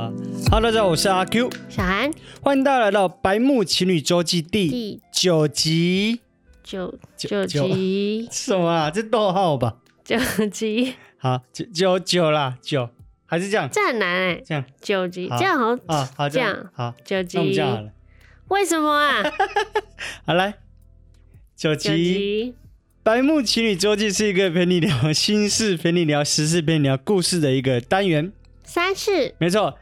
Hello， 大家好，我是阿 Q， 小韩， 欢迎大家来到《白木情侣周记》第9集。 九集什么啊？这逗号吧 ？9集。 好，9啦，9还是这样？ 这很难哎。 这样 9集，这样好啊，好这样好 ，9集。 那我们这样好了。 为什么啊？ 好来，9集。白木情侣周记是一个陪你聊心事、陪你聊时事、陪你聊故事的一个单元。 3事， 没错。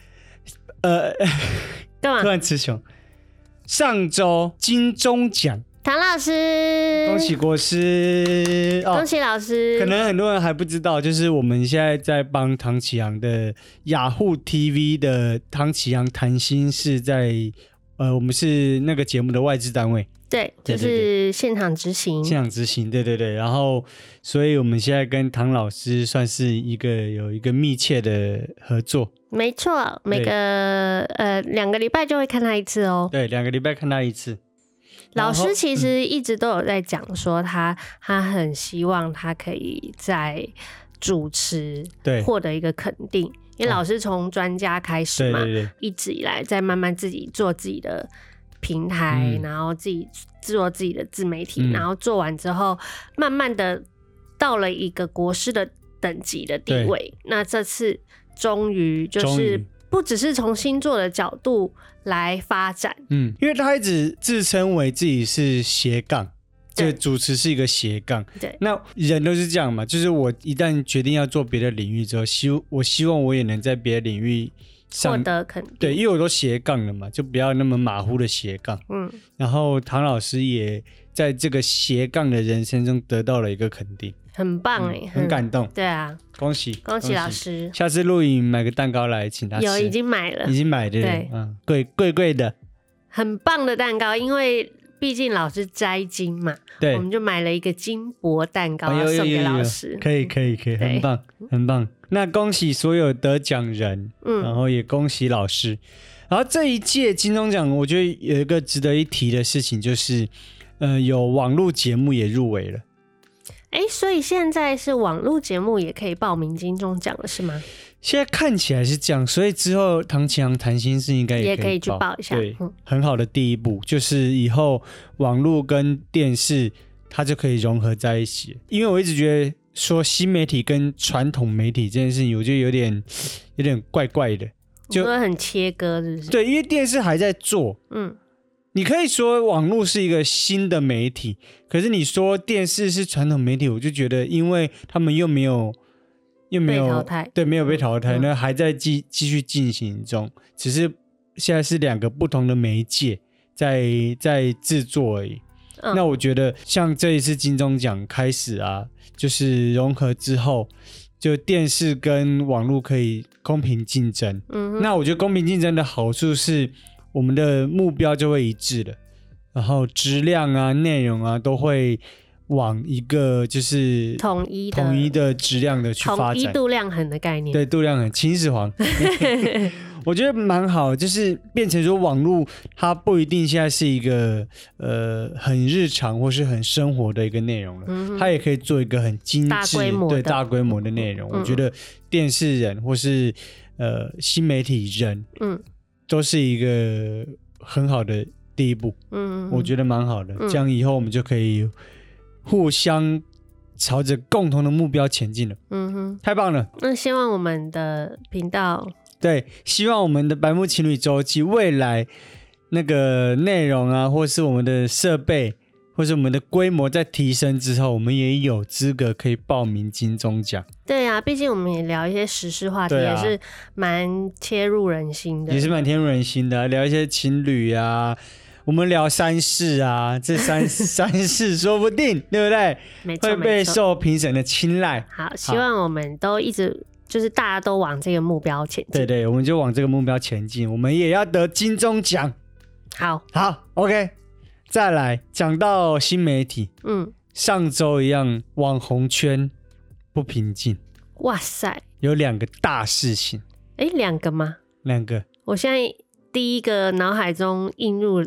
干嘛？ 突然词穷。上周金钟奖， 唐老师， 恭喜国师， 恭喜老师。 可能很多人还不知道，就是我们现在在帮唐启阳的雅虎 TV 的唐启阳谈心事在，我们是那个节目的外制单位。 对，就是现场执行。 现场执行，对对对。然后，所以我们现在跟唐老师算是有一个密切的合作。 没错，每个2个礼拜就会看他一次哦。 对，2个礼拜看他一次。 老师其实一直都有在讲说他很希望他可以在主持获得一个肯定，因为老师从专家开始嘛， 对， 一直以来在慢慢自己做自己的平台，然后自己做自己的自媒体，然后做完之后，慢慢的到了一个国师的等级的地位。那这次终于就是不只是从星座的角度来发展， 因为他一直自称为自己是斜杠，就主持是一个斜杠。 对， 那人都是这样嘛，就是我一旦决定要做别的领域之后，我希望我也能在别的领域获得肯定。 对，因为我都斜杠了嘛，就不要那么马虎的斜杠。然后唐老师也在这个斜杠的人生中得到了一个肯定， 很棒哎， 很感动。 对啊， 恭喜老师！ 下次录影买个蛋糕来请他吃。 已经买了， 对，贵的， 很棒的蛋糕，因为毕竟老师摘金嘛， 对， 我们就买了一个金箔蛋糕要送给老师。 可以，很棒，很棒。那恭喜所有得奖人，然后也恭喜老师。然后这一届金钟奖，我觉得有一个值得一提的事情，就是有网络节目也入围了。 所以现在是网络节目也可以报名金钟奖了，是吗？ 现在看起来是这样，所以之后唐启阳谈心事应该也可以去报一下。 对，很好的第一步，就是以后网络跟电视它就可以融合在一起。因为我一直觉得说新媒体跟传统媒体这件事情，我觉得有点怪怪的， 就很切割，是不是？ 对，因为电视还在做，你可以说网络是一个新的媒体，可是你说电视是传统媒体，我就觉得，因为他们又没有被淘汰， 对，没有被淘汰，那还在继续进行中，只是现在是2个不同的媒介在制作而已。那我觉得像这一次金钟奖开始啊，就是融合之后，就电视跟网络可以公平竞争。那我觉得公平竞争的好处是，我们的目标就会一致了，然后质量啊、内容啊都会往一个就是统一的质量的去发展， 统一度量衡的概念。 对，度量衡，秦始皇。我觉得蛮好，就是变成说网络它不一定现在是一个很日常或是很生活的一个内容了，它也可以做一个很精致大规模的内容。我觉得电视人或是新媒体人，都是一个很好的第一步。我觉得蛮好的，这样以后我们就可以互相朝着共同的目标前进了。太棒了。 那希望我们的频道， 对，希望我们的白木情侣周记未来那个内容啊，或是我们的设备，或是我们的规模在提升之后，我们也有资格可以报名金钟奖。 对啊，毕竟我们也聊一些时事话题，也是蛮切入人心的， 也是蛮切入人心的，聊一些情侣啊，我们聊3事啊，这三事说不定对不对？ 没错， 会被受评审的青睐。 好，希望我们都一直就是大家都往这个目标前进。 对，我们就往这个目标前进，我们也要得金钟奖。好 OK。再来讲到新媒体，上周一样，网红圈不平静。 哇塞， 有2个大事情。 2个吗？2 个。 我现在第一个脑海中映入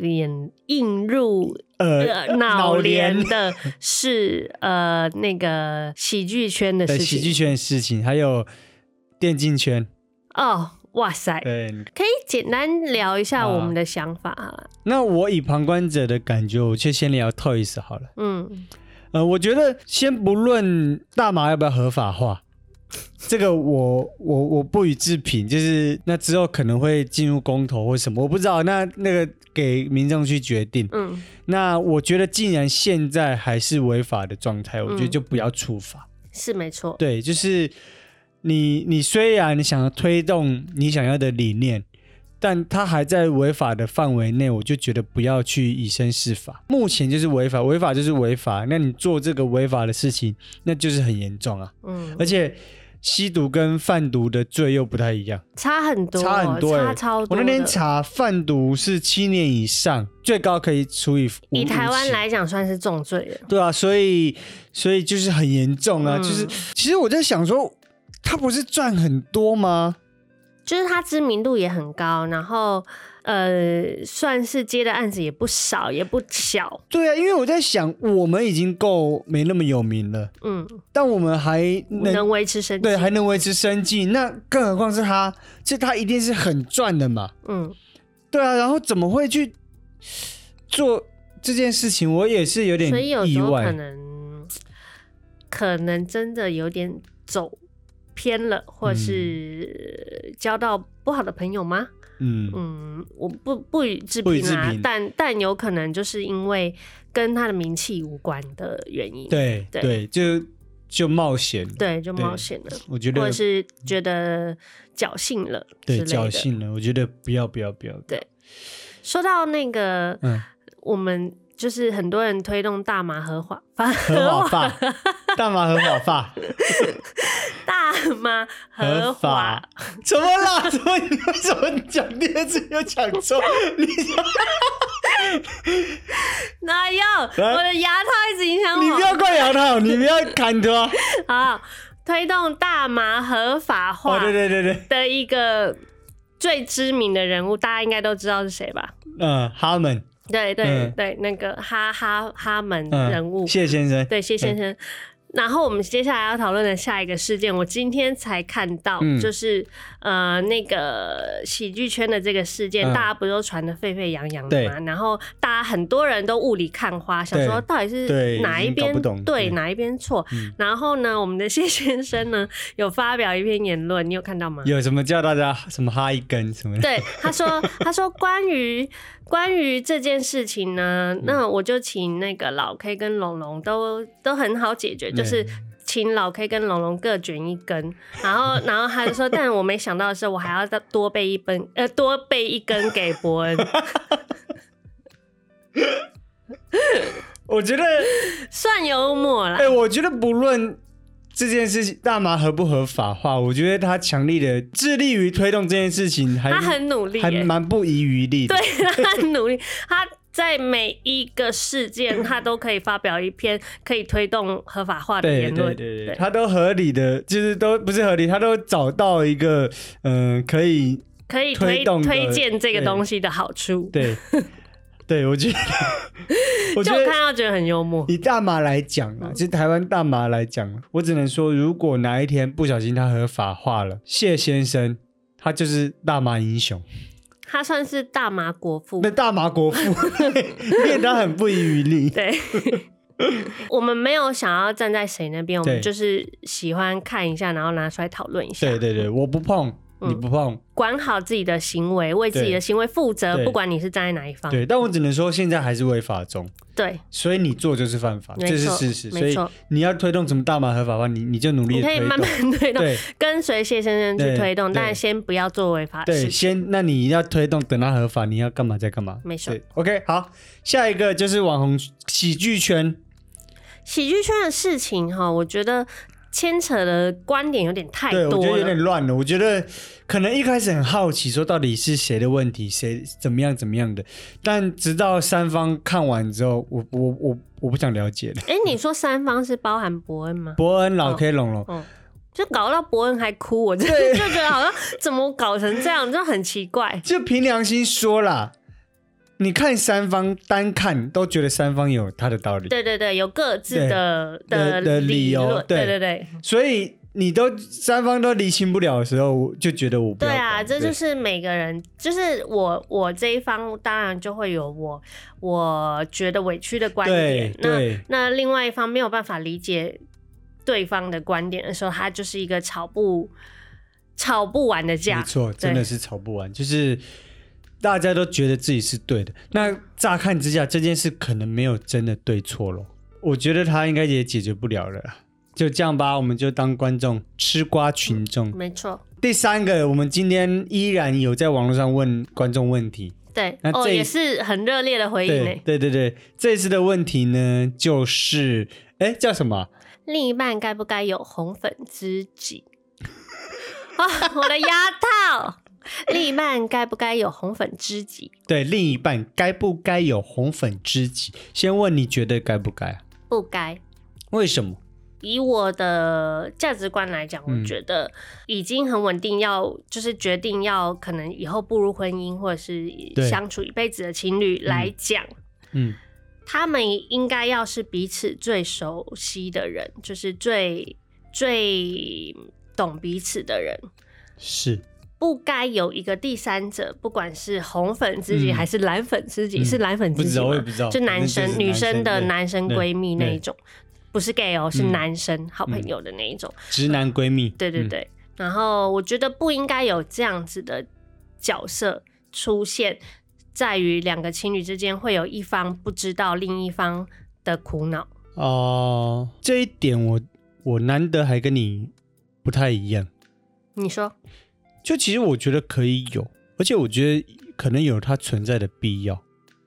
脑帘的是那个喜剧圈的事情， 喜剧圈的事情，还有电竞圈。 哇塞， 对， 可以简单聊一下我们的想法好了。 那我以旁观者的感觉，我就先聊 Toys 好了。我觉得先不论大麻要不要合法化，这个我不予置评，就是那之后可能会进入公投或什么，我不知道，那个给民众去决定。那我觉得既然现在还是违法的状态，我觉得就不要处罚。 是没错， 对，就是你虽然你想要推动你想要的理念，但它还在违法的范围内，我就觉得不要去以身试法。目前就是违法，违法就是违法，那你做这个违法的事情，那就是很严重啊。而且吸毒跟贩毒的罪又不太一样， 差很多，差超多。 我那天查，贩毒是7年以上，最高可以处以以台湾来讲算是重罪了。 对啊，所以就是很严重啊。就是其实我在想说，他不是赚很多吗？ 就是他知名度也很高，然后算是接的案子也不少，也不小。 对啊，因为我在想，我们已经够没那么有名了，但我们还能维持生计， 对，还能维持生计，那更何况是他，他一定是很赚的嘛。对啊，然后怎么会去做这件事情？我也是有点意外， 所以有时候可能真的有点走偏了，或是交到不好的朋友吗？我不予置评啦，但有可能就是因为跟他的名气无关的原因。对， 就冒险， 对，就冒险了。 我觉得， 或者是觉得侥幸了， 对，侥幸了。我觉得不要。 对，说到那个，我们就是很多人推动大麻合法化， 大麻合法化。 大麻合法怎么啦？你为什么讲第二次又讲错？ 哪有？我的牙套一直影响我。 你不要怪牙套，你不要砍它。 好，推动大麻合法化。 对的一个最知名的人物，大家应该都知道是谁吧？ 哈门。 对，那个哈门人物， 谢先生。 对，谢先生。然后我们接下来要讨论的下一个事件，我今天才看到，就是那个喜剧圈的这个事件，大家不都传得沸沸扬扬的嘛？然后大家很多人都雾里看花，想说到底是哪一边对，哪一边错。然后呢，我们的谢先生呢有发表一篇言论，你有看到吗？ 有什么叫大家什么哈一根什么的？ 对，他说关于这件事情呢，那我就请那个老 K 跟龙龙都很好解决，就是请老 K 跟龙龙各卷一根，然后他就说，但我没想到的是，我还要再多备一根给伯恩。 我觉得算幽默啦。 我觉得不论这件事情大麻合不合法化，我觉得他强力的致力于推动这件事情， 他很努力， 还蛮不遗余力的。 对，他很努力，他在每一个事件，他都可以发表一篇可以推动合法化的言论。 对，他都合理的，就是都不是合理，他都找到一个可以推荐这个东西的好处。 对，我觉得就我看到觉得很幽默。 以大麻来讲其实台湾大麻来讲，我只能说，如果哪一天不小心他合法化了，谢先生他就是大麻英雄， 他算是大麻国父。 那大麻国父，因为他很不遗余力。 对。我们没有想要站在谁那边，我们就是喜欢看一下，然后拿出来讨论一下。 对，我不碰。你不碰， 管好自己的行为，为自己的行为负责，不管你是站在哪一方。 对，但我只能说现在还是违法中。 对， 所以你做就是犯法，这是事实。所以你要推动什么大麻合法化，你就努力的推动， 你可以慢慢推动，跟随谢先生去推动，但先不要做违法的事情。 对，那你要推动，等它合法，你要干嘛再干嘛。 没错。 OK， 好，下一个就是网红喜剧圈。 喜剧圈的事情哈，我觉得牵扯的观点有点太多了， 对，我觉得有点乱了。我觉得可能一开始很好奇，说到底是谁的问题，谁怎么样的，但直到三方看完之后，我不想了解了。 你说三方是包含伯恩吗？ 伯恩、老 K、龙龙， 就搞到伯恩还哭，我就觉得好像怎么搞成这样，就很奇怪。 就凭良心说啦。你看三方单看都觉得三方有他的道理， 对，有各自的理由，对， 所以你都三方都厘清不了的时候，就觉得我不要管。 对啊，这就是每个人，就是我这一方当然就会有我觉得委屈的观点，那另外一方没有办法理解对方的观点的时候，他就是一个吵不完的架。 没错，真的是吵不完，就是大家都觉得自己是对的。那乍看之下，这件事可能没有真的对错咯，我觉得他应该也解决不了了啦。就这样吧，我们就当观众，吃瓜群众。 没错。 第三个，我们今天依然有在网络上问观众问题。 对，也是很热烈的回应呢。 对，这次的问题呢，就是叫什么？ 另一半该不该有红粉知己？啊，我的牙套！另一半该不该有红粉知己？ 对，另一半该不该有红粉知己？先问你觉得该不该？ 不该。 为什么？ 以我的价值观来讲，我觉得已经很稳定，就是决定要可能以后步入婚姻或者是相处一辈子的情侣来讲，他们应该要是彼此最熟悉的人，就是最懂彼此的人， 是不该有一个第三者，不管是红粉知己还是蓝粉知己，是蓝粉知己吗？ 我也不知道， 就男生女生的男生闺蜜那一种。不是 gay 哦，是男生好朋友的那一种直男闺蜜。 对，然后我觉得不应该有这样子的角色出现，在于两个情侣之间会有一方不知道另一方的苦恼。 这一点我难得还跟你不太一样。 你说？ 就其实我觉得可以有，而且我觉得可能有它存在的必要。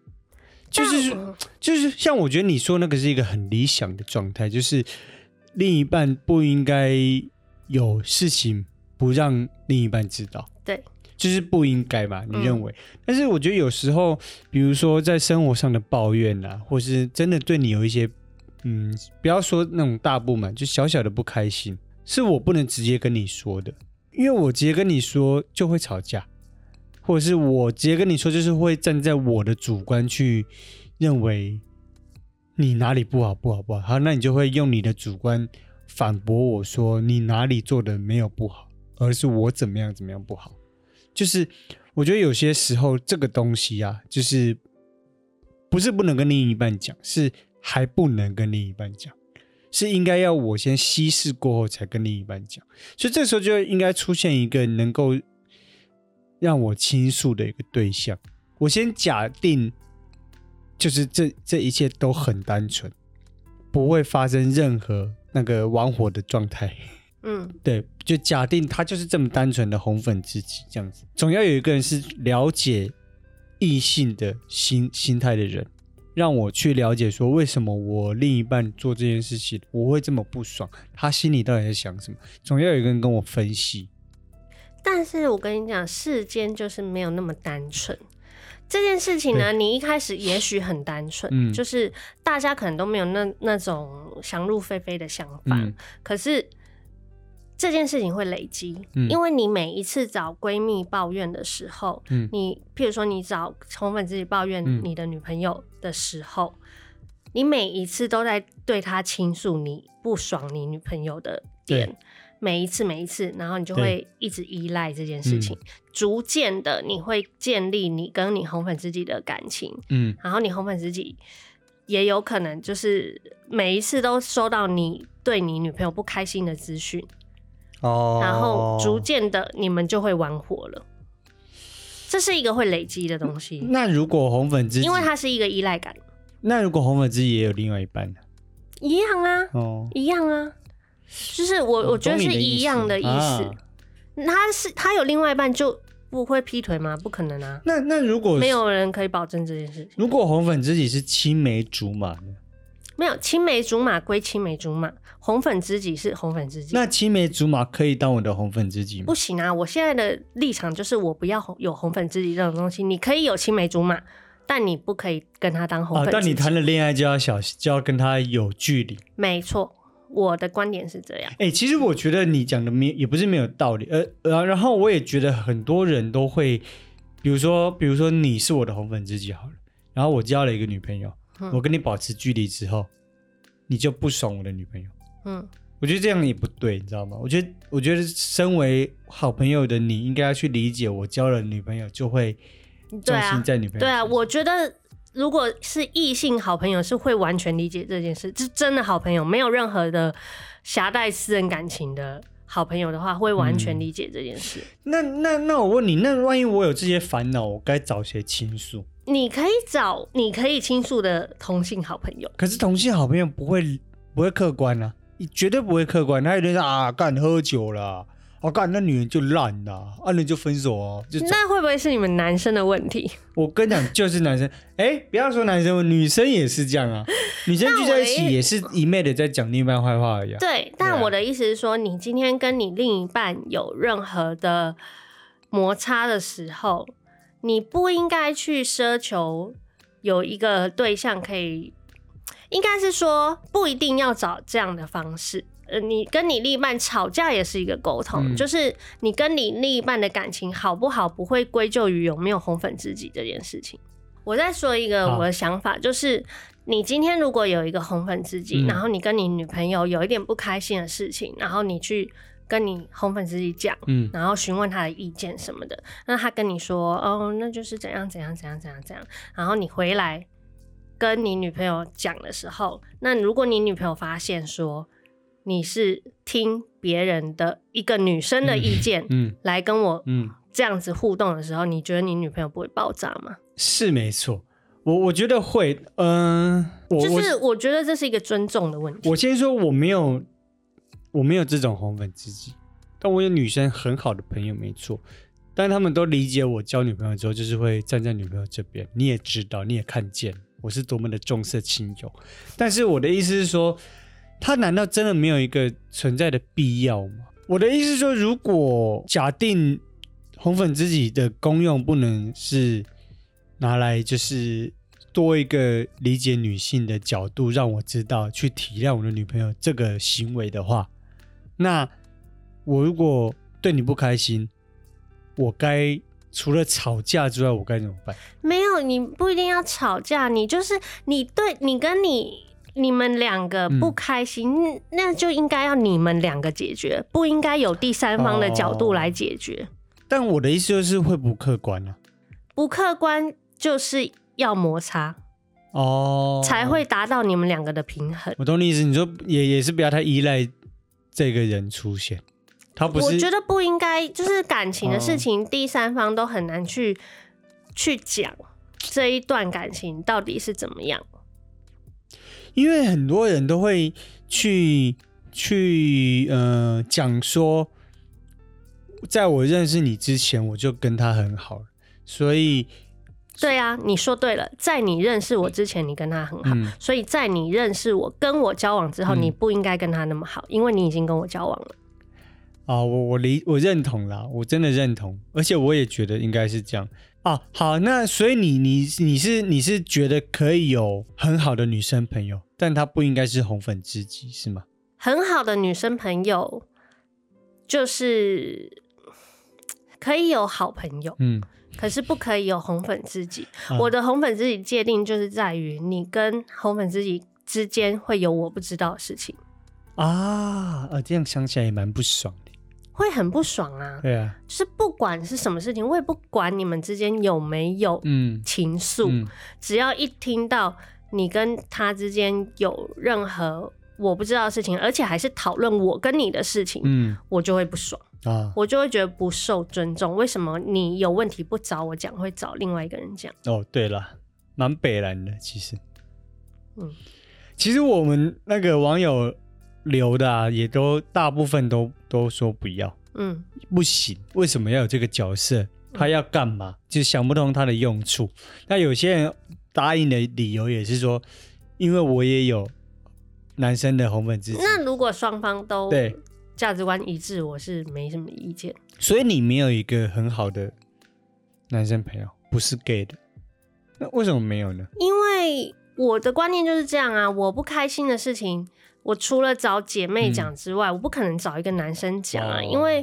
就是像我觉得你说那个是一个很理想的状态，就是另一半不应该有事情不让另一半知道， 对， 就是不应该吧？你认为？但是我觉得有时候，比如说在生活上的抱怨啊，或是真的对你有一些不要说那种大不满，就小小的不开心，是我不能直接跟你说的，因为我直接跟你说就会吵架。或者是我直接跟你说，就是会站在我的主观去认为你哪里不好，好，那你就会用你的主观反驳我说你哪里做的没有不好，而是我怎么样不好。就是我觉得有些时候这个东西啊，就是不是不能跟另一半讲，是还不能跟另一半讲，是应该要我先稀释过后才跟另一半讲。所以这时候就应该出现一个能够让我倾诉的一个对象，我先假定就是这一切都很单纯，不会发生任何那个玩火的状态。对，就假定他就是这么单纯的红粉知己这样子。总要有一个人是了解异性的心态的人，让我去了解说为什么我另一半做这件事情我会这么不爽，他心里到底在想什么。总要有一个人跟我分析。 但是我跟你讲，世间就是没有那么单纯。这件事情呢，你一开始也许很单纯，就是大家可能都没有那种想入非非的想法，可是这件事情会累积，因为你每一次找闺蜜抱怨的时候，你譬如说你找红粉知己抱怨你的女朋友的时候，你每一次都在对她倾诉你不爽你女朋友的点。每一次，然后你就会一直依赖这件事情，逐渐的你会建立你跟你红粉知己的感情，然后你红粉知己也有可能就是每一次都收到你对你女朋友不开心的资讯，然后逐渐的你们就会玩火了。这是一个会累积的东西。 那如果红粉知己， 因为它是一个依赖感， 那如果红粉知己也有另外一半呢？ 一样啊，一样啊。就是我觉得是一样的意思，他有另外一半就不会劈腿吗？不可能啊。 那如果没有人可以保证这件事情。 如果红粉知己是青梅竹马呢？ 没有，青梅竹马归青梅竹马，红粉知己是红粉知己。 那青梅竹马可以当我的红粉知己吗？ 不行啊！我现在的立场就是我不要有红粉知己这种东西。你可以有青梅竹马，但你不可以跟他当红粉知己。 但你谈了恋爱就要跟他有距离。 没错。我的观点是这样。 其实我觉得你讲的也不是没有道理，然后我也觉得很多人都会，比如说你是我的红粉知己好了，然后我交了一个女朋友，我跟你保持距离之后，你就不爽我的女朋友， 我觉得这样也不对，你知道吗？我觉得身为好朋友的你应该要去理解，我交了女朋友就会重心在女朋友身上。 对啊，我觉得如果是异性好朋友是会完全理解这件事，是真的好朋友，没有任何的夹带私人感情的好朋友的话，会完全理解这件事。 那我问你，那万一我有这些烦恼，我该找谁倾诉？ 你可以找你可以倾诉的同性好朋友， 可是同性好朋友不会客观啊，绝对不会客观。他有人说啊，干喝酒了，啊干那女人就烂啦，啊那就分手哦。 那会不会是你们男生的问题？ 我跟你讲，就是男生，不要说男生，女生也是这样啊。女生聚在一起也是一昧的在讲另一半坏话而已啊。 对，但我的意思是说，你今天跟你另一半有任何的摩擦的时候，你不应该去奢求有一个对象可以，应该是说不一定要找这样的方式。你跟你另一半吵架也是一个沟通，就是你跟你另一半的感情好不好，不会归咎于有没有红粉知己这件事情。我再说一个我的想法，就是你今天如果有一个红粉知己，然后你跟你女朋友有一点不开心的事情，然后你去跟你红粉知己讲，然后询问他的意见什么的，那他跟你说哦，那就是怎样怎样怎样怎样怎样，然后你回来跟你女朋友讲的时候，那如果你女朋友发现说你是听别人的一个女生的意见来跟我这样子互动的时候，你觉得你女朋友不会爆炸吗？ 是没错，我觉得会， 就是我觉得这是一个尊重的问题。 我先说我没有这种红粉知己，但我有女生很好的朋友没错，但他们都理解我交女朋友之后就是会站在女朋友这边，你也知道，你也看见我是多么的重色轻友。但是我的意思是说，他难道真的没有一个存在的必要吗？我的意思是说，如果假定红粉知己的功用不能是拿来就是多一个理解女性的角度，让我知道去体谅我的女朋友这个行为的话，那我如果对你不开心，我该除了吵架之外，我该怎么办？ 没有，你不一定要吵架，你就是你跟你们两个不开心，那就应该要你们两个解决，不应该有第三方的角度来解决。 但我的意思就是会不客观啊， 不客观就是要摩擦才会达到你们两个的平衡。 我懂你意思，你说也是不要太依赖这个人出现，他不是。 我觉得不应该，就是感情的事情，第三方都很难去讲这一段感情到底是怎么样。 因为很多人都会去讲说，在我认识你之前，我就跟他很好，所以对啊，你说对了，在你认识我之前，你跟他很好，所以在你认识我、跟我交往之后，你不应该跟他那么好，因为你已经跟我交往了。 我认同啦，我真的认同，而且我也觉得应该是这样啊。好，那所以你是觉得可以有很好的女生朋友，但她不应该是红粉知己，是吗？ 很好的女生朋友就是可以有好朋友，可是不可以有红粉知己。我的红粉知己界定就是在于你跟红粉知己之间会有我不知道的事情啊，这样想起来也蛮不爽的， 会很不爽啊。 对啊， 就是不管是什么事情，我也不管你们之间有没有情愫，只要一听到你跟他之间有任何我不知道的事情，而且还是讨论我跟你的事情，我就会不爽。我就会觉得不受尊重。为什么你有问题不找我讲，会找另外一个人讲？ 对了，蛮北蓝的其实。其实我们那个网友留的也都大部分都说不要，不行，为什么要有这个角色？他要干嘛？就想不通他的用处。那有些人答应的理由也是说，因为我也有男生的红粉知己。 那如果双方都对价值观一致，我是没什么意见。 所以你没有一个很好的男生朋友，不是 gay 的，那为什么没有呢？ 因为我的观念就是这样啊，我不开心的事情，我除了找姐妹讲之外，我不可能找一个男生讲啊，因为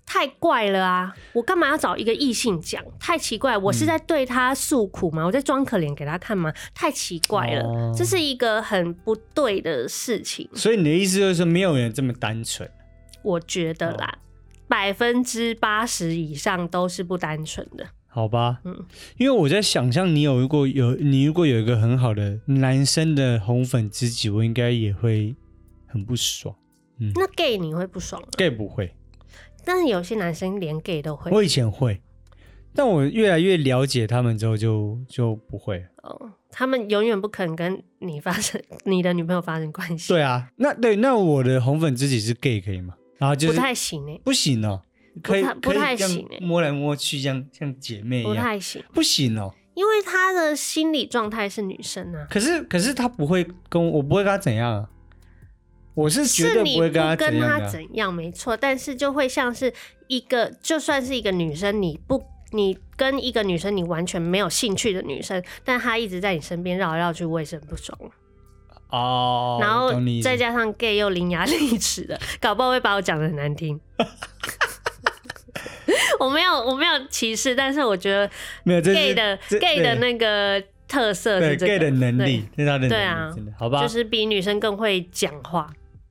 太怪了啊！我干嘛要找一个异性讲？太奇怪，我是在对他诉苦吗？我在装可怜给他看吗？太奇怪了，这是一个很不对的事情。 所以你的意思就是说，没有人这么单纯？ 我觉得啦，80%以上都是不单纯的。 好吧，因为我在想象你如果有一个很好的男生的红粉知己，我应该也会很不爽。 那 gay 你会不爽吗？ gay 不会， 但是有些男生连 gay 都会。 我以前会，但我越来越了解他们之后就不会了。 他们永远不可能跟你的女朋友发生关系。 对啊，那我的红粉知己是 gay 可以吗？然后就是不太行欸， 不行哦， 不太行欸， 摸来摸去像姐妹一样， 不太行， 不行哦。 因为他的心理状态是女生啊。 可是他不会我不会跟他怎样啊。我是绝对不会跟他怎样的。 是你不跟他怎样没错，但是就会像是一个，就算是一个女生，你跟一个女生你完全没有兴趣的女生，但她一直在你身边绕来绕去，我也是很不爽。然后再加上 gay 又伶牙俐齿的，搞不好会把我讲得很难听。我没有歧视，但是我觉得 gay 的那个特色是这个 gay 的能力，是他的能力， 对啊， 真的好吧， 就是比女生更会讲话。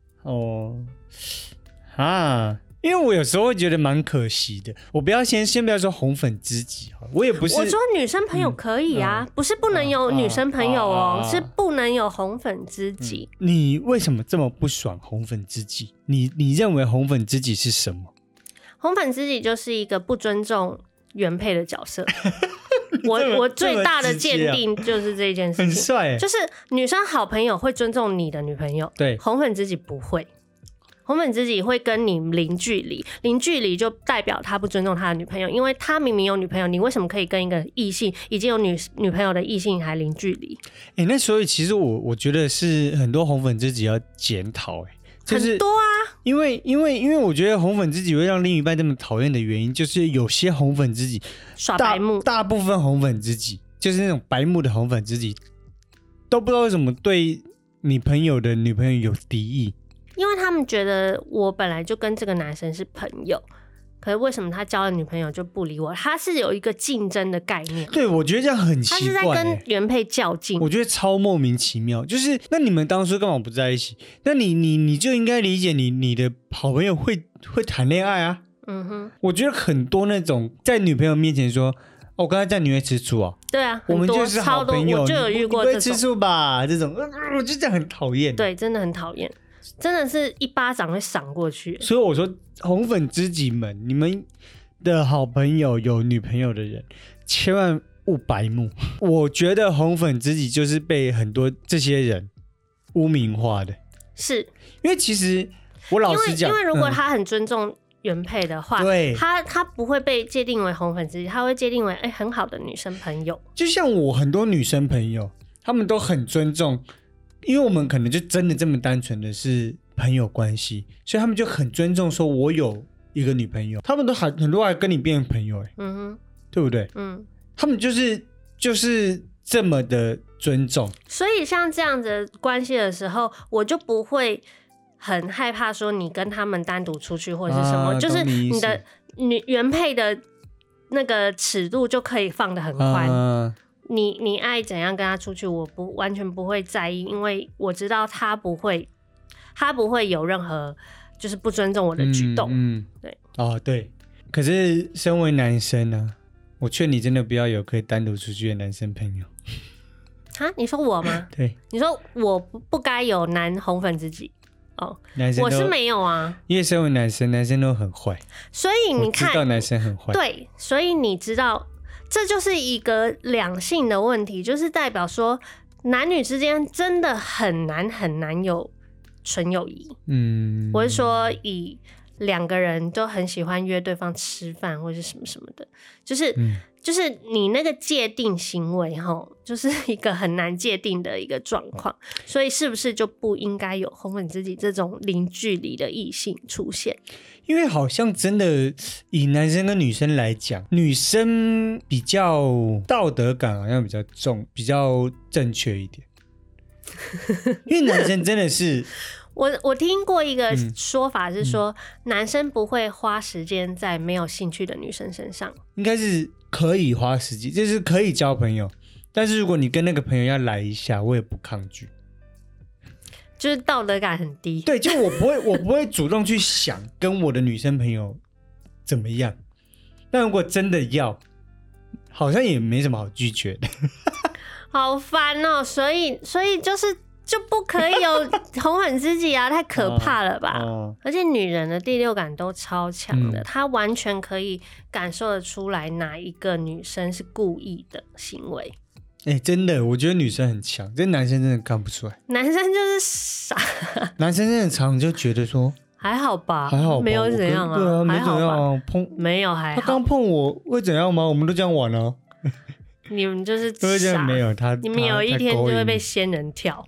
因为我有时候会觉得蛮可惜的。我不要先不要说红粉知己，我也不是。 我说女生朋友可以啊，不是不能有女生朋友哦，是不能有红粉知己。 你为什么这么不爽红粉知己？你认为红粉知己是什么？ 红粉知己就是一个不尊重原配的角色。我最大的鉴定就是这件事情， 很帅， 就是女生好朋友会尊重你的女朋友， 对， 红粉知己不会。红粉知己会跟你零距离，零距离就代表他不尊重他的女朋友，因为他明明有女朋友，你为什么可以跟一个异性已经有女朋友的异性还零距离？ 那所以其实我觉得是很多红粉知己要检讨，就是很多啊， 因为我觉得红粉知己会让另一半这么讨厌的原因，就是有些红粉知己耍白目， 大部分红粉知己就是那种白目的红粉知己，都不知道为什么对你朋友的女朋友有敌意。 因为他们觉得我本来就跟这个男生是朋友，可是为什么他交了女朋友就不理我？他是有一个竞争的概念。 对，我觉得这样很奇怪， 他是在跟原配较劲， 我觉得超莫名其妙。就是那你们当初干嘛不在一起？那你就应该理解你的好朋友会谈恋爱啊。我觉得很多那种在女朋友面前说，我刚才带你会吃醋啊。 对啊， 我们就是好朋友， 我就有遇过这种， 你不会吃醋吧？这种我就这样很讨厌。 对，真的很讨厌。真的是一巴掌会赏过去。 所以我说红粉知己们，你们的好朋友有女朋友的人千万勿白目。我觉得红粉知己就是被很多这些人污名化的， 是因为其实我老实讲， 因为如果他很尊重原配的话， 对， 他不会被界定为红粉知己，他会界定为很好的女生朋友。 就像我很多女生朋友，他们都很尊重，因为我们可能就真的这么单纯的是朋友关系，所以他们就很尊重说我有一个女朋友，他们都很多还跟你变成朋友，对不对？他们就是这么的尊重。 所以像这样子的关系的时候，我就不会很害怕说你跟他们单独出去或者是什么，就是你的原配的那个尺度就可以放得很宽。你爱怎样跟他出去，我完全不会在意，因为我知道他不会有任何就是不尊重我的举动。对。 对。可是身为男生呢，我劝你真的不要有可以单独出去的男生朋友。 你说我吗？ 对。 你说我不该有男红粉知己？我是没有啊。 因为身为男生都很坏， 所以你看， 我知道男生很坏。 对，所以你知道。这就是一个两性的问题，就是代表说男女之间真的很难有纯友谊。我是说以两个人都很喜欢约对方吃饭或是什么什么的，就是你那个界定行为就是一个很难界定的一个状况，所以是不是就不应该有红粉知己这种零距离的异性出现？ 因为好像真的以男生跟女生来讲，女生比较道德感好像比较重，比较正确一点。因为男生真的是我听过一个说法是说，男生不会花时间在没有兴趣的女生身上， 应该是可以花时间，就是可以交朋友，但是如果你跟那个朋友要来一下，我也不抗拒。 就是道德感很低。 对，就我不会主动去想跟我的女生朋友怎么样，但如果真的要，好像也没什么好拒绝的。 好烦哦，所以就不可以有红粉知己啊，太可怕了吧？而且女人的第六感都超强的，她完全可以感受得出来哪一个女生是故意的行为。 真的，我觉得女生很强，这男生真的看不出来。 男生就是傻， 男生真的常就觉得说还好吧， 还好吧， 没有怎样啊， 对啊，没怎样啊，没有还好。 他刚碰我会怎样吗？我们都这样玩啊。 你们就是傻， 没有他， 你们有一天就会被仙人跳。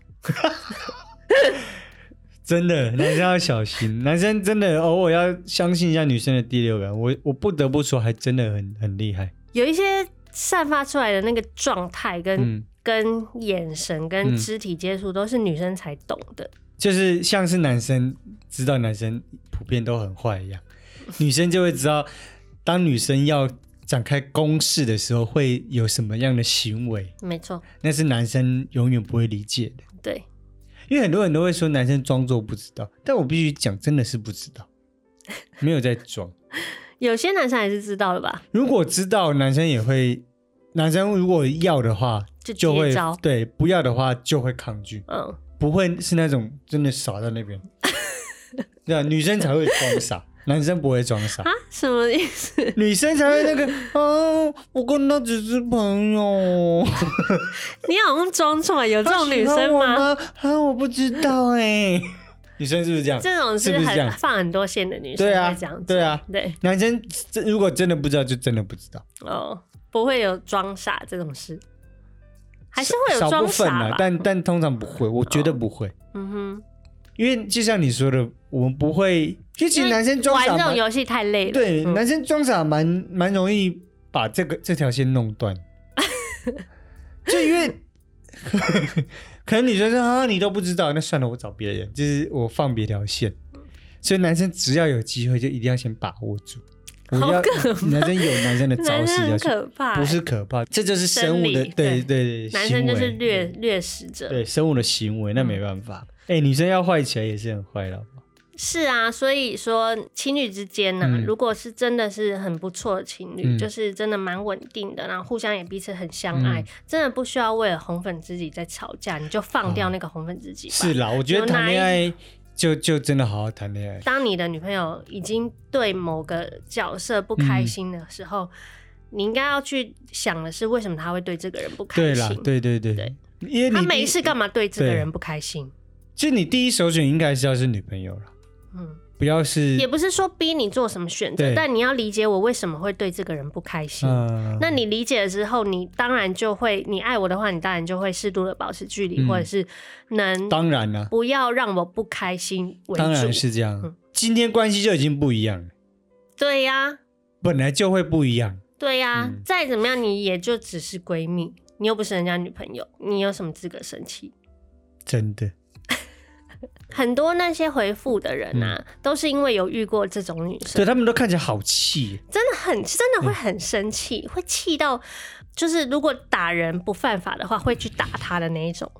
真的，男生要小心，男生真的偶尔要相信一下女生的第六感。我不得不说，还真的很厉害。 有一些散发出来的那个状态跟眼神跟肢体接触都是女生才懂的， 就是像是男生知道男生普遍都很坏一样，女生就会知道当女生要展开攻势的时候会有什么样的行为。 没错， 那是男生永远不会理解的。 对， 因为很多人都会说男生装作不知道，但我必须讲真的是不知道，没有在装。 有些男生还是知道的吧？ 如果知道，男生也会，男生如果要的话就会接招， 对，不要的话就会抗拒，不会是那种真的傻在那边。对啊，女生才会装傻，男生不会装傻啊？什么意思？ 女生才会那个我跟他只是朋友。 你好像装出来，有这种女生吗？ 我不知道女生是不是这样？ 这种是放很多线的女生会这样子。 对啊， 对。 男生如果真的不知道，就真的不知道。 不会有装傻这种事，还是会有装傻吧？ 少部分啊，但通常不会，我觉得不会。因为就像你说的，我们不会，其实男生装傻玩这种游戏太累了。 对，男生装傻蛮容易把这条线弄断。就因为可能女生说你都不知道，那算了，我找别人，就是我放别条线。所以男生只要有机会，就一定要先把握住。 好可怕！ 男生有男生的招式， 很可怕， 不是可怕，这就是生物的对男生就是掠食者， 对生物的行为，那没办法。女生要坏起来也是很坏的。 是啊，所以说情侣之间呢，如果是真的是很不错的情侣，就是真的蛮稳定的，然后互相也彼此很相爱，真的不需要为了红粉知己在吵架，你就放掉那个红粉知己吧。 是啦，我觉得谈恋爱就真的好好谈恋爱。 当你的女朋友已经对某个角色不开心的时候，你应该要去想的是为什么她会对这个人不开心。 对啦，对，因为她没事干嘛对这个人不开心？ 就你第一首选应该是要是女朋友啦。不要是， 也不是说逼你做什么选择，但你要理解我为什么会对这个人不开心。那你理解了之后，你当然就会，你爱我的话，你当然就会适度的保持距离，或者是能， 当然啦， 不要让我不开心为主。 当然是这样。今天关系就已经不一样了。 对呀， 本来就会不一样。 对呀，再怎么样，你也就只是闺蜜，你又不是人家女朋友，你有什么资格生气？ 真的。 很多那些回复的人啊，都是因为有遇过这种女生， 对他们都看起来好气， 真的会很生气，会气到就是如果打人不犯法的话，会去打他的那一种。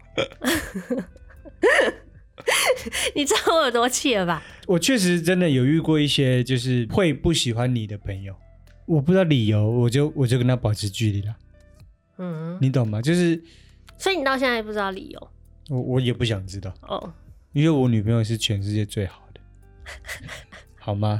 你知道我有多气了吧？ 我确实真的有遇过一些就是会不喜欢你的朋友，我不知道理由，我就跟他保持距离了。你懂吗？就是所以你到现在不知道理由， 我也不想知道因为我女朋友是全世界最好的，好吗？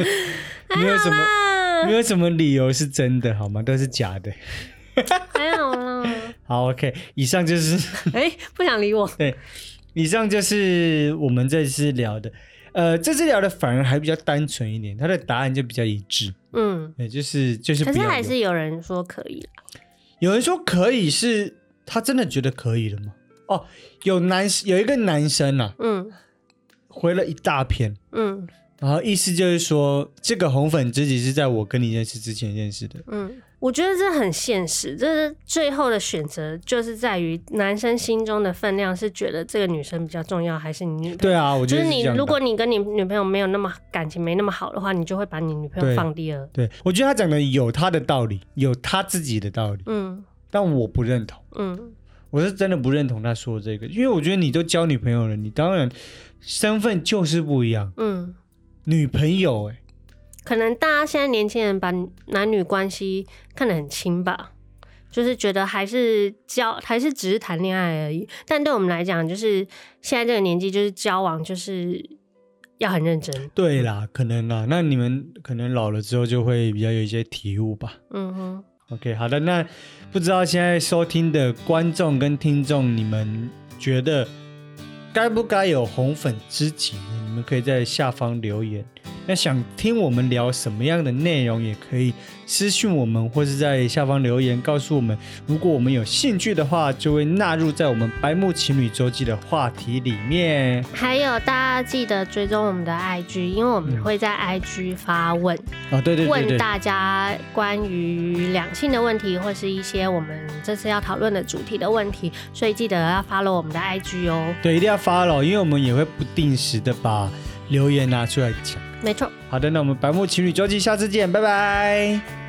没有什么理由是真的，好吗？都是假的。 还好啦。 好 ，OK， 以上就是不想理我。 对，以上就是我们这次聊的。这次聊的反而还比较单纯一点，他的答案就比较一致。对，就是可是还是有人说可以啦。 有人说可以，是他真的觉得可以了吗？有一个男生啊，回了一大篇，然后意思就是说，这个红粉知己是在我跟你认识之前认识的， 我觉得这很现实，这是最后的选择，就是在于男生心中的分量是觉得这个女生比较重要，还是你女朋友？ 对啊，我觉得就是如果你跟你女朋友没有那么感情没那么好的话，你就会把你女朋友放第二。 对，我觉得他讲的有他的道理，有他自己的道理，但我不认同，我是真的不认同他说的这个，因为我觉得你都交女朋友了，你当然身份就是不一样，女朋友可能大家现在年轻人把男女关系看得很轻吧，就是觉得还是只是谈恋爱而已。但对我们来讲，就是现在这个年纪，就是交往就是要很认真。 对啦，可能啦，那你们可能老了之后就会比较有一些体悟吧。OK， 好的，那不知道现在收听的观众跟听众，你们觉得该不该有红粉知己呢？你们可以在下方留言。那想听我们聊什么样的内容，也可以私讯我们，或是在下方留言告诉我们。如果我们有兴趣的话，就会纳入在我们白目情侣周记的话题里面。 还有大家记得追踪我们的 IG， 因为我们会在 IG 发问， 对， 问大家关于两性的问题，或是一些我们这次要讨论的主题的问题，所以记得要 follow 我们的 IG 哦。 对，一定要 follow， 因为我们也会不定时的把留言拿出来讲。 没错。 好的，那我们白目情侣周记下次见，拜拜。